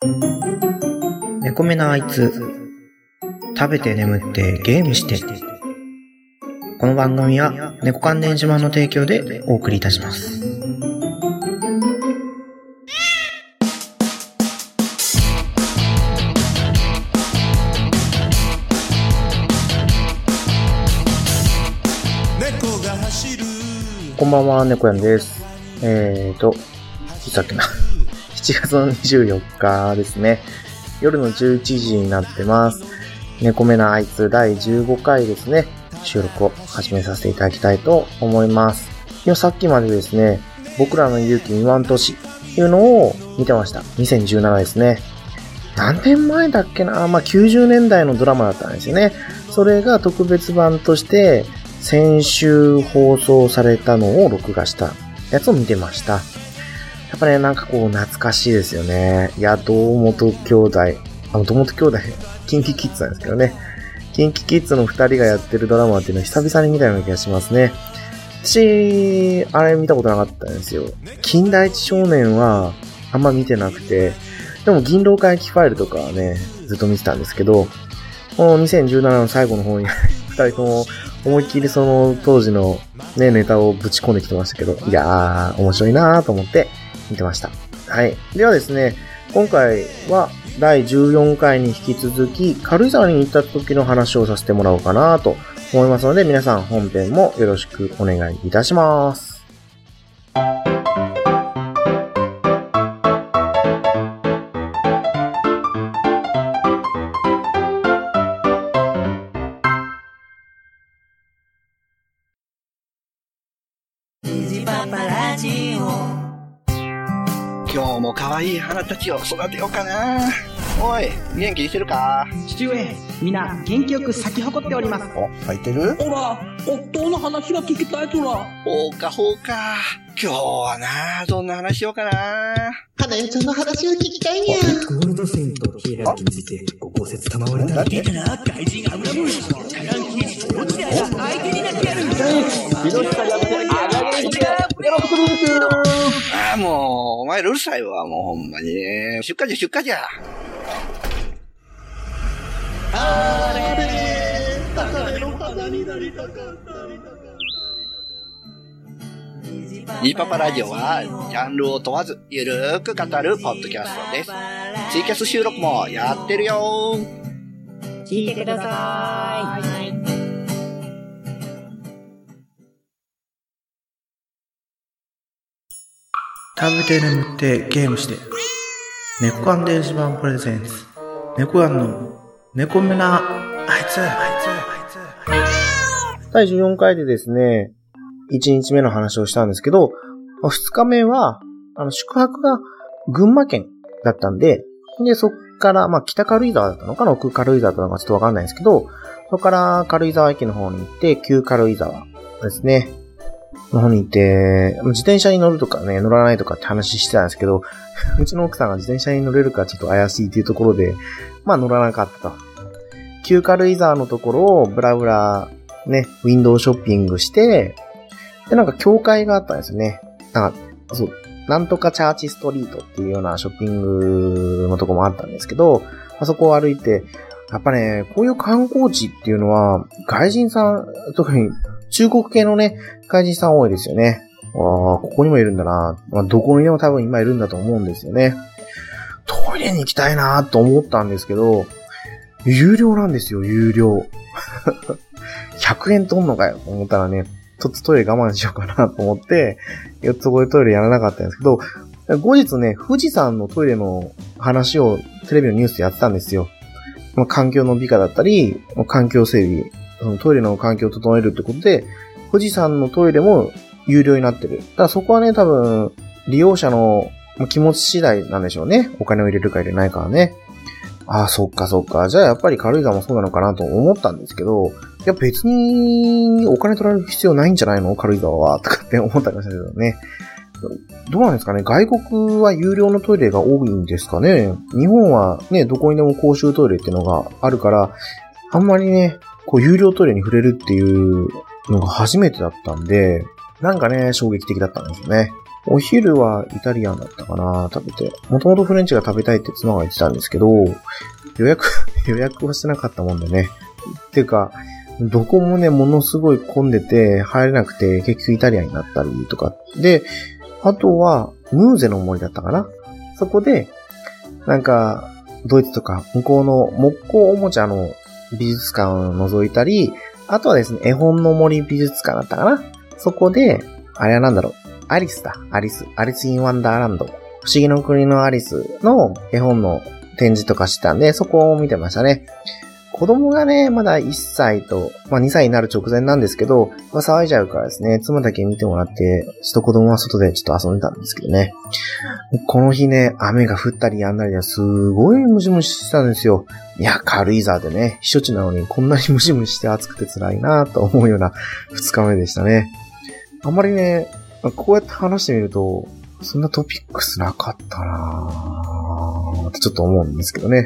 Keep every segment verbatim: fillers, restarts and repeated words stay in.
猫目なあいつ、食べて眠ってゲームして。この番組は猫関連自慢の提供でお送りいたします。こんばんは、猫やんです。えーと、いつだっけな。しちがつのにじゅうよっかですね。夜のじゅういちじになってます。猫目なあいつだいじゅうごかいですね。収録を始めさせていただきたいと思います。いや、さっきまでですね、僕らの勇気にわん年っていうのを見てました。にせんじゅうななですね。何年前だっけな、まあ、きゅうじゅうねんだいのドラマだったんですよね。それが特別版として、先週放送されたのを録画したやつを見てました。やっぱね、なんかこう懐かしいですよね。いや、堂本兄弟、あの、堂本兄弟、キンキキッズなんですけどね。キンキキッズの二人がやってるドラマっていうのを久々に見たような気がしますね。私、あれ見たことなかったんですよ。金田一少年はあんま見てなくて、でも銀狼会議ファイルとかはね、ずっと見てたんですけど、このにせんじゅうななの最後の方に二人とも思いっきりその当時のね、ネタをぶち込んできてましたけど、いやー、面白いなーと思って見てました。はい。ではですね、今回はだいじゅうよんかいに引き続き、軽井沢に行った時の話をさせてもらおうかなと思いますので、皆さん本編もよろしくお願いいたします。 今日も可愛い花たちを育てようかな。おい、元気にしてるか？ 父上、みんな元気よく咲き誇っております。 お、咲いてる？ ほら、夫の話が聞きたいとら。 ほうかほうか。今日はな、どんな話しようかな。 花代ちゃんの話が聞きたいにゃ。 ゴールドセインとヒエラルキーについてご考説賜れたら。 出たな、外人アムラム。カラン刑事と落ちて相手になってやる。 ひどしかやめて、あがれして、やろうとするんですよ。ああ、もう、お前うるさいわ、もうほんまに。出荷じゃ、出荷じゃ。 あれ高嶺の花になりたかった。 ニーパパラジオはジャンルを問わずゆるーく語るポッドキャストです。ツイキャス収録もやってるよ。 聞いてください。 食べて眠ってゲームして。猫関連自慢プレゼンツ。猫やんの猫目なあいつ。だいじゅうよんかいでですね、いちにちめの話をしたんですけど、ふつかめは、あの、宿泊が群馬県だったんで、で、そっから、まあ、北軽井沢だったのかな、奥軽井沢だったのかちょっとわかんないですけど、そこから軽井沢駅の方に行って、旧軽井沢ですね、の方に行って、自転車に乗るとかね、乗らないとかって話してたんですけど、うちの奥さんが自転車に乗れるかちょっと怪しいっていうところで、まあ乗らなかったと。旧軽井沢のところをブラブラ、ね、ウィンドウショッピングして、で、なんか教会があったんですよね。なんか、そう、なんとかチャーチストリートっていうようなショッピングのとこもあったんですけど、あそこを歩いて、やっぱね、こういう観光地っていうのは、外人さん、特に中国系のね、外人さん多いですよね。ああ、ここにもいるんだな。まあ、どこにでも多分今いるんだと思うんですよね。トイレに行きたいなと思ったんですけど、有料なんですよ、有料。ひゃくえん取んのかよと思ったらね、ちょっとトイレ我慢しようかなと思って、よっつこいトイレやらなかったんですけど、後日ね、富士山のトイレの話をテレビのニュースでやってたんですよ。まあ、環境の美化だったり、環境整備、そのトイレの環境を整えるってことで、富士山のトイレも有料になってる。だからそこはね、多分、利用者の気持ち次第なんでしょうね。お金を入れるか入れないかはね。ああ、そっかそっか。じゃあやっぱり軽井沢もそうなのかなと思ったんですけど、いや別にお金取られる必要ないんじゃないの軽井沢はとかって思ったりましたけどね。どうなんですかね、外国は有料のトイレが多いんですかね。日本はね、どこにでも公衆トイレっていうのがあるから、あんまりね、こう有料トイレに触れるっていうのが初めてだったんで、なんかね、衝撃的だったんですよね。 お昼はイタリアンだったかな、食べて。もともとフレンチが食べたいって妻が言ってたんですけど、予約、予約をしてなかったもんでね。っていうか、どこもね、ものすごい混んでて、入れなくて、結局イタリアンになったりとか。で、あとは、ムーゼの森だったかな。そこで、なんか、ドイツとか、向こうの木工おもちゃの美術館を覗いたり、あとはですね、絵本の森美術館だったかな。そこで、あれはなんだろう。アリスだ。アリス。アリス・イン・ワンダーランド。不思議の国のアリスの絵本の展示とかしてたんで、そこを見てましたね。子供がね、まだいっさいと、まあにさいになる直前なんですけど、まあ騒いじゃうからですね、妻だけ見てもらって、ちょっと子供は外でちょっと遊んでたんですけどね。この日ね、雨が降ったりやんだりですごいムシムシしてたんですよ。いや、軽井沢でね、避暑地なのにこんなにムシムシして暑くて辛いなと思うようなふつかめでしたね。あんまりね、こうやって話してみると、そんなトピックスなかったなぁってちょっと思うんですけどね。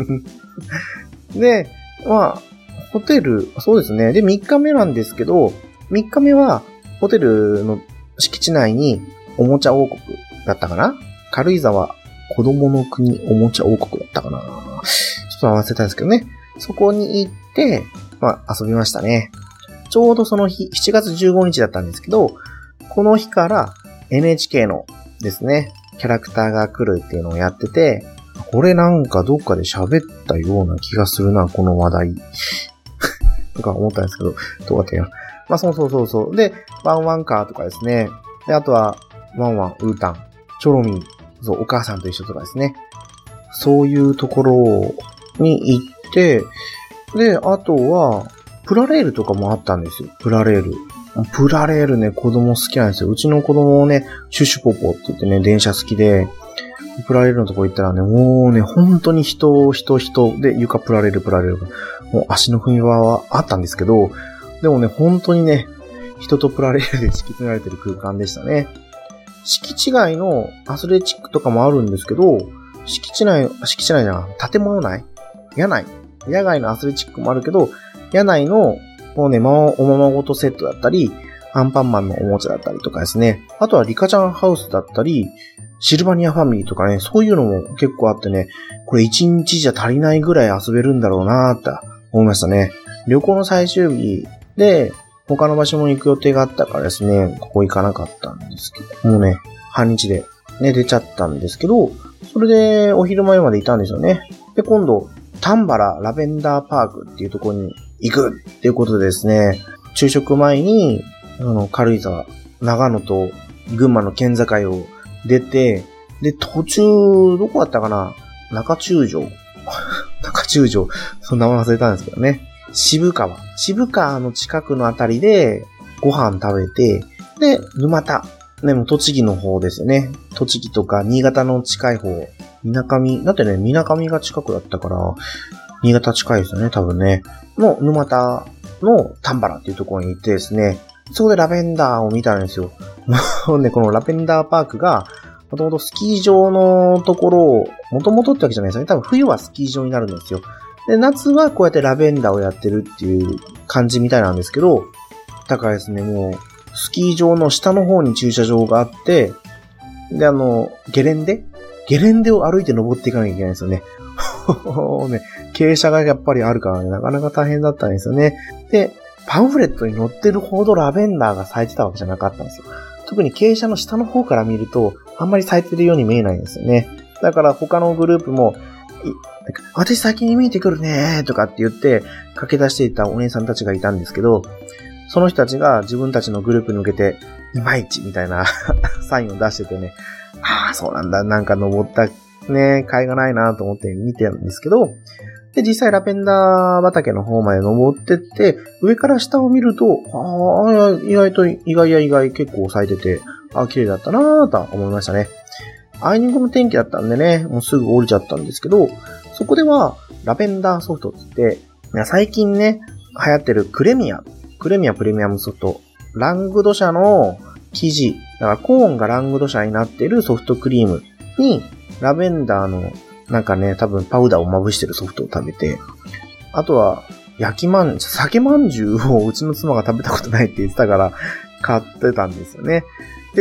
で、まあ、ホテル、そうですね。で、みっかめなんですけど、みっかめは、ホテルの敷地内におもちゃ王国だったかな？軽井沢子供の国おもちゃ王国だったかな？ちょっと合わせたんですけどね。そこに行って、まあ、遊びましたね。ちょうどその日、しちがつじゅうごにちだったんですけど、この日から エヌエイチケー のですね、キャラクターが来るっていうのをやってて、これなんかどっかで喋ったような気がするな、この話題。とか思ったんですけど、どうだったかな。まあそうそうそうそう。で、ワンワンカーとかですね。で、あとは、ワンワン、ウータン、チョロミー、そう、お母さんと一緒とかですね。そういうところに行って、で、あとは、プラレールとかもあったんですよ。プラレール。プラレールね、子供好きなんですよ。うちの子供をね、シュシュポポって言ってね、電車好きで、プラレールのとこ行ったらね、もうね、本当に人、人、人で、床プラレール、プラレールが、もう足の踏み場はあったんですけど、でもね、本当にね、人とプラレールで敷き詰められてる空間でしたね。敷地外のアスレチックとかもあるんですけど、敷地内、敷地内じゃん、建物内野内野外のアスレチックもあるけど、野内の、もうね、おままごとセットだったり、アンパンマンのおもちゃだったりとかですね。あとはリカちゃんハウスだったり、シルバニアファミリーとかね、そういうのも結構あってね、これ一日じゃ足りないぐらい遊べるんだろうなーって思いましたね。旅行の最終日で、他の場所も行く予定があったからですね、ここ行かなかったんですけど、もうね、半日でね、出ちゃったんですけど、それでお昼前までいたんですよね。で、今度、丹原ラベンダーパークっていうところに行くっていうことでですね、昼食前に、あの、軽井沢、長野と群馬の県境を出て、で、途中、どこだったかな？中中条。中中条。その名前忘れたんですけどね。渋川。渋川の近くのあたりでご飯食べて、で、沼田。ね、もう栃木の方ですよね。栃木とか新潟の近い方。みなかみ、だってね、みなかみが近くだったから、新潟近いですよね、多分ね。の沼田の丹原っていうところに行ってですね、そこでラベンダーを見たんですよ。もうね、このラベンダーパークが、もともとスキー場のところを、もともとってわけじゃないですよね。多分冬はスキー場になるんですよ。で、夏はこうやってラベンダーをやってるっていう感じみたいなんですけど、だからですね、もう、スキー場の下の方に駐車場があって、で、あの、ゲレンデゲレンデを歩いて登っていかなきゃいけないんですよね。ね、傾斜がやっぱりあるからね、なかなか大変だったんですよね。で、パンフレットに載ってるほどラベンダーが咲いてたわけじゃなかったんですよ。特に傾斜の下の方から見ると、あんまり咲いてるように見えないんですよね。だから他のグループも、私先に見えてくるねーとかって言って駆け出していたお姉さんたちがいたんですけど、その人たちが自分たちのグループに向けて、いまいちみたいなサインを出しててね、ああ、そうなんだ、なんか登ったね、甲斐がないなと思って見てるんですけど、で、実際ラベンダー畑の方まで登ってって、上から下を見ると、ああ、意外と、意外や意外結構咲いてて、ああ、綺麗だったなぁと思いましたね。あいにくの天気だったんでね、もうすぐ降りちゃったんですけど、そこでは、ラベンダーソフトって言って、最近ね、流行ってるクレミア、クレミアプレミアムソフト、ラングド社の生地、だからコーンがラングド社になってるソフトクリームに、ラベンダーのなんかね、多分パウダーをまぶしてるソフトを食べて、あとは、焼きまん、酒まんじゅうをうちの妻が食べたことないって言ってたから、買ってたんですよね。で、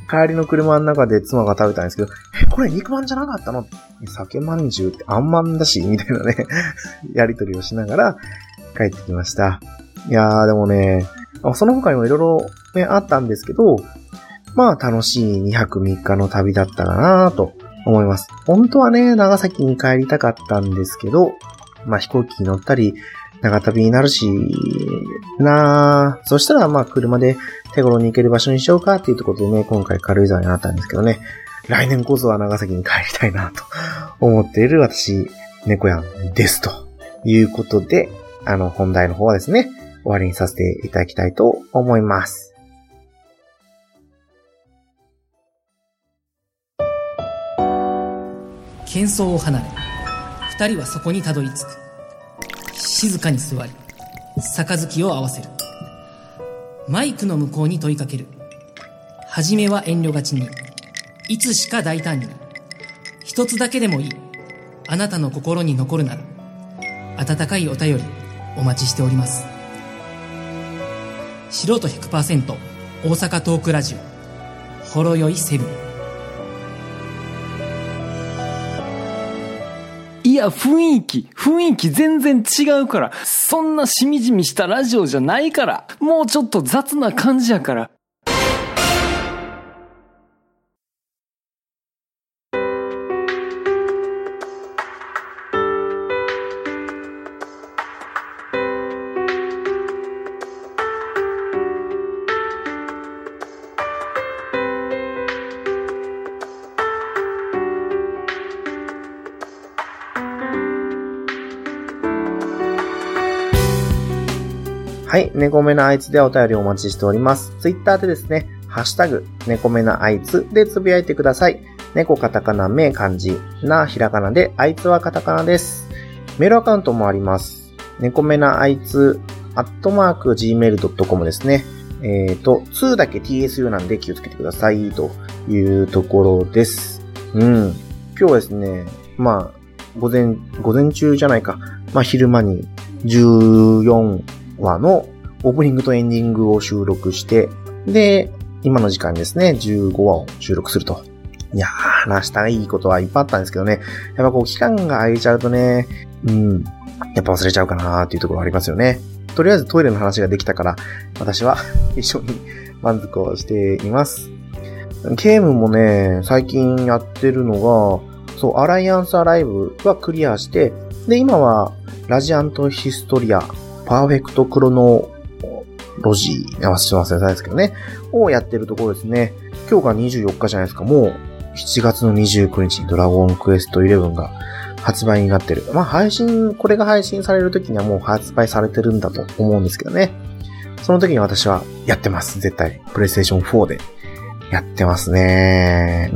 帰りの車の中で妻が食べたんですけど、え、これ肉まんじゃなかったの？酒まんじゅうってあんまんだし、みたいなね、やりとりをしながら帰ってきました。いやーでもね、その他にもいろいろね、あったんですけど、まあ楽しいにはくみっかの旅だったかなと思います。本当はね、長崎に帰りたかったんですけど、まあ飛行機に乗ったり、長旅になるし、なぁ。そしたらまあ車で手頃に行ける場所にしようかっていうところでね、今回軽井沢になったんですけどね、来年こそは長崎に帰りたいなと思っている私、猫やんですということで、あの本題の方はですね、終わりにさせていただきたいと思います。 喧騒を離れ、二人はそこにたどり着く。静かに座り、杯を合わせる。マイクの向こうに問いかける。はじめは遠慮がちに、いつしか大胆に。一つだけでもいい。あなたの心に残るなら、温かいお便りお待ちしております。素人 ひゃくパーセント 大阪トークラジオ、ほろよいセブン。 いや、雰囲気、雰囲気全然違うから。そんなしみじみしたラジオじゃないから。もうちょっと雑な感じやから。 はい。猫目のあいつでお便りをお待ちしております。ツイッターでですね、ハッシュタグ、猫目のあいつでつぶやいてください。猫カタカナ、目漢字、なひらがなで、あいつはカタカナです。メールアカウントもあります。猫目のあいつ、アットマーク、ジーメールドットコム ですね。えっと、にだけ ティーエスユー なんで気をつけてください、というところです。うん。今日はですね、まあ、午前、午前中じゃないか。まあ、昼間にじゅうよんわのオープニングとエンディングを収録して、で、今の時間ですね、じゅうごわを収録すると。いやー、話したいいことはいっぱいあったんですけどね、やっぱこう期間が空いちゃうとね、うん、やっぱ忘れちゃうかなーっていうところありますよね。とりあえずトイレの話ができたから、私は一緒に満足をしています。ゲームもね、最近やってるのが、そう、アライアンスアライブはクリアして、で、今はラジアントヒストリア、パーフェクトクロノロジー、あ、すいません、ですけどね、をやってるところですね。今日がにじゅうよっかじゃないですか。もうしちがつのにじゅうくにちにドラゴンクエストじゅういちが発売になってる。まあ配信、これが配信される時にはもう発売されてるんだと思うんですけどね。その時に私はやってます。絶対。プレイステーションフォーでやってますね。うん。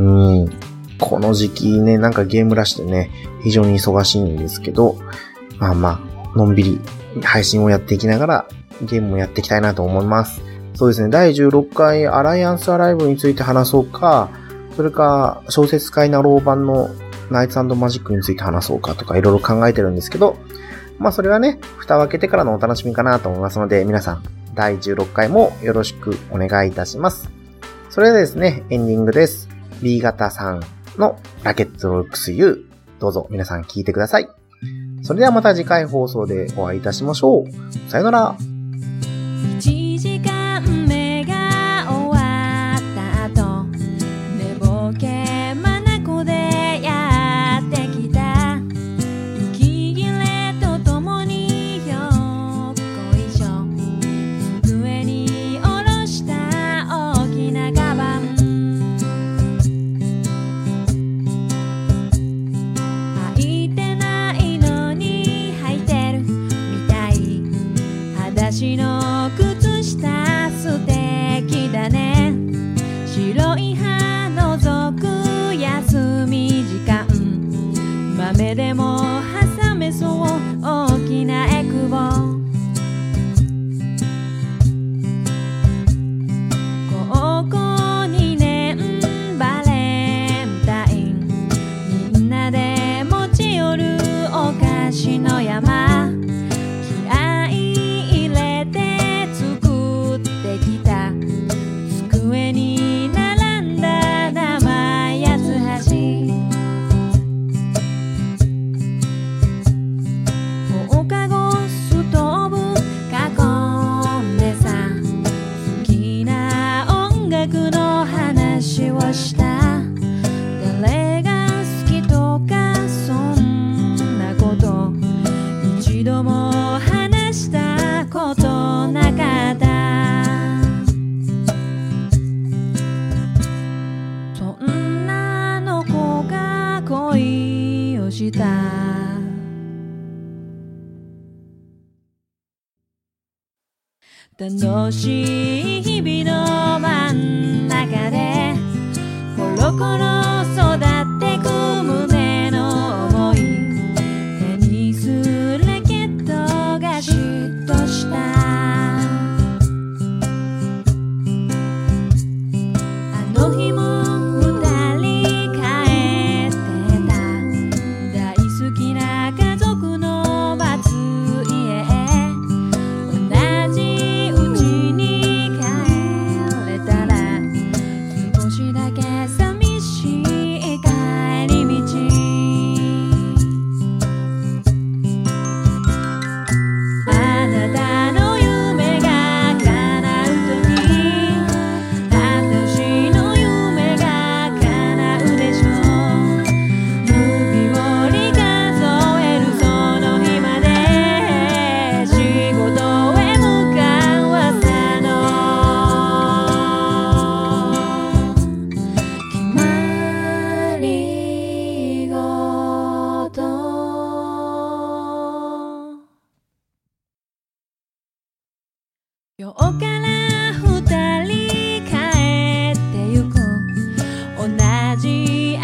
この時期ね、なんかゲームラッシュでね、非常に忙しいんですけど、まあまあ、のんびり配信をやっていきながらゲームもやっていきたいなと思います。そうですね、だいじゅうろっかいアライアンスアライブについて話そうか、それか小説界ナロー版のナイツ&マジックについて話そうかとかいろいろ考えてるんですけど、まあそれはね、蓋を開けてからのお楽しみかなと思いますので、皆さんだいじゅうろっかいもよろしくお願いいたします。それではですね、エンディングです。B 型さんのラケットロックス U、どうぞ皆さん聞いてください。それではまた次回放送でお会いいたしましょう。さよなら。 いちじかんめが終わった後、寝ぼけまなこでやってきた。息切れとともによっこいしょ、机に下ろした大きなカバン。履いてないのに履いてるみたい。裸足の靴女の子が恋をした楽しい日々の真ん中でコロコロ育ってく胸の想いテニスラケットが嫉妬したあの日も二人帰ってた大好きな家族のバツ家同じうちに帰れたら少しだけ寂しい帰り道あなたの夢が叶うとき私の夢が叶うでしょう指折り数えるその日まで仕事へ向かう朝の決まり事今日から二人帰ってゆく同じ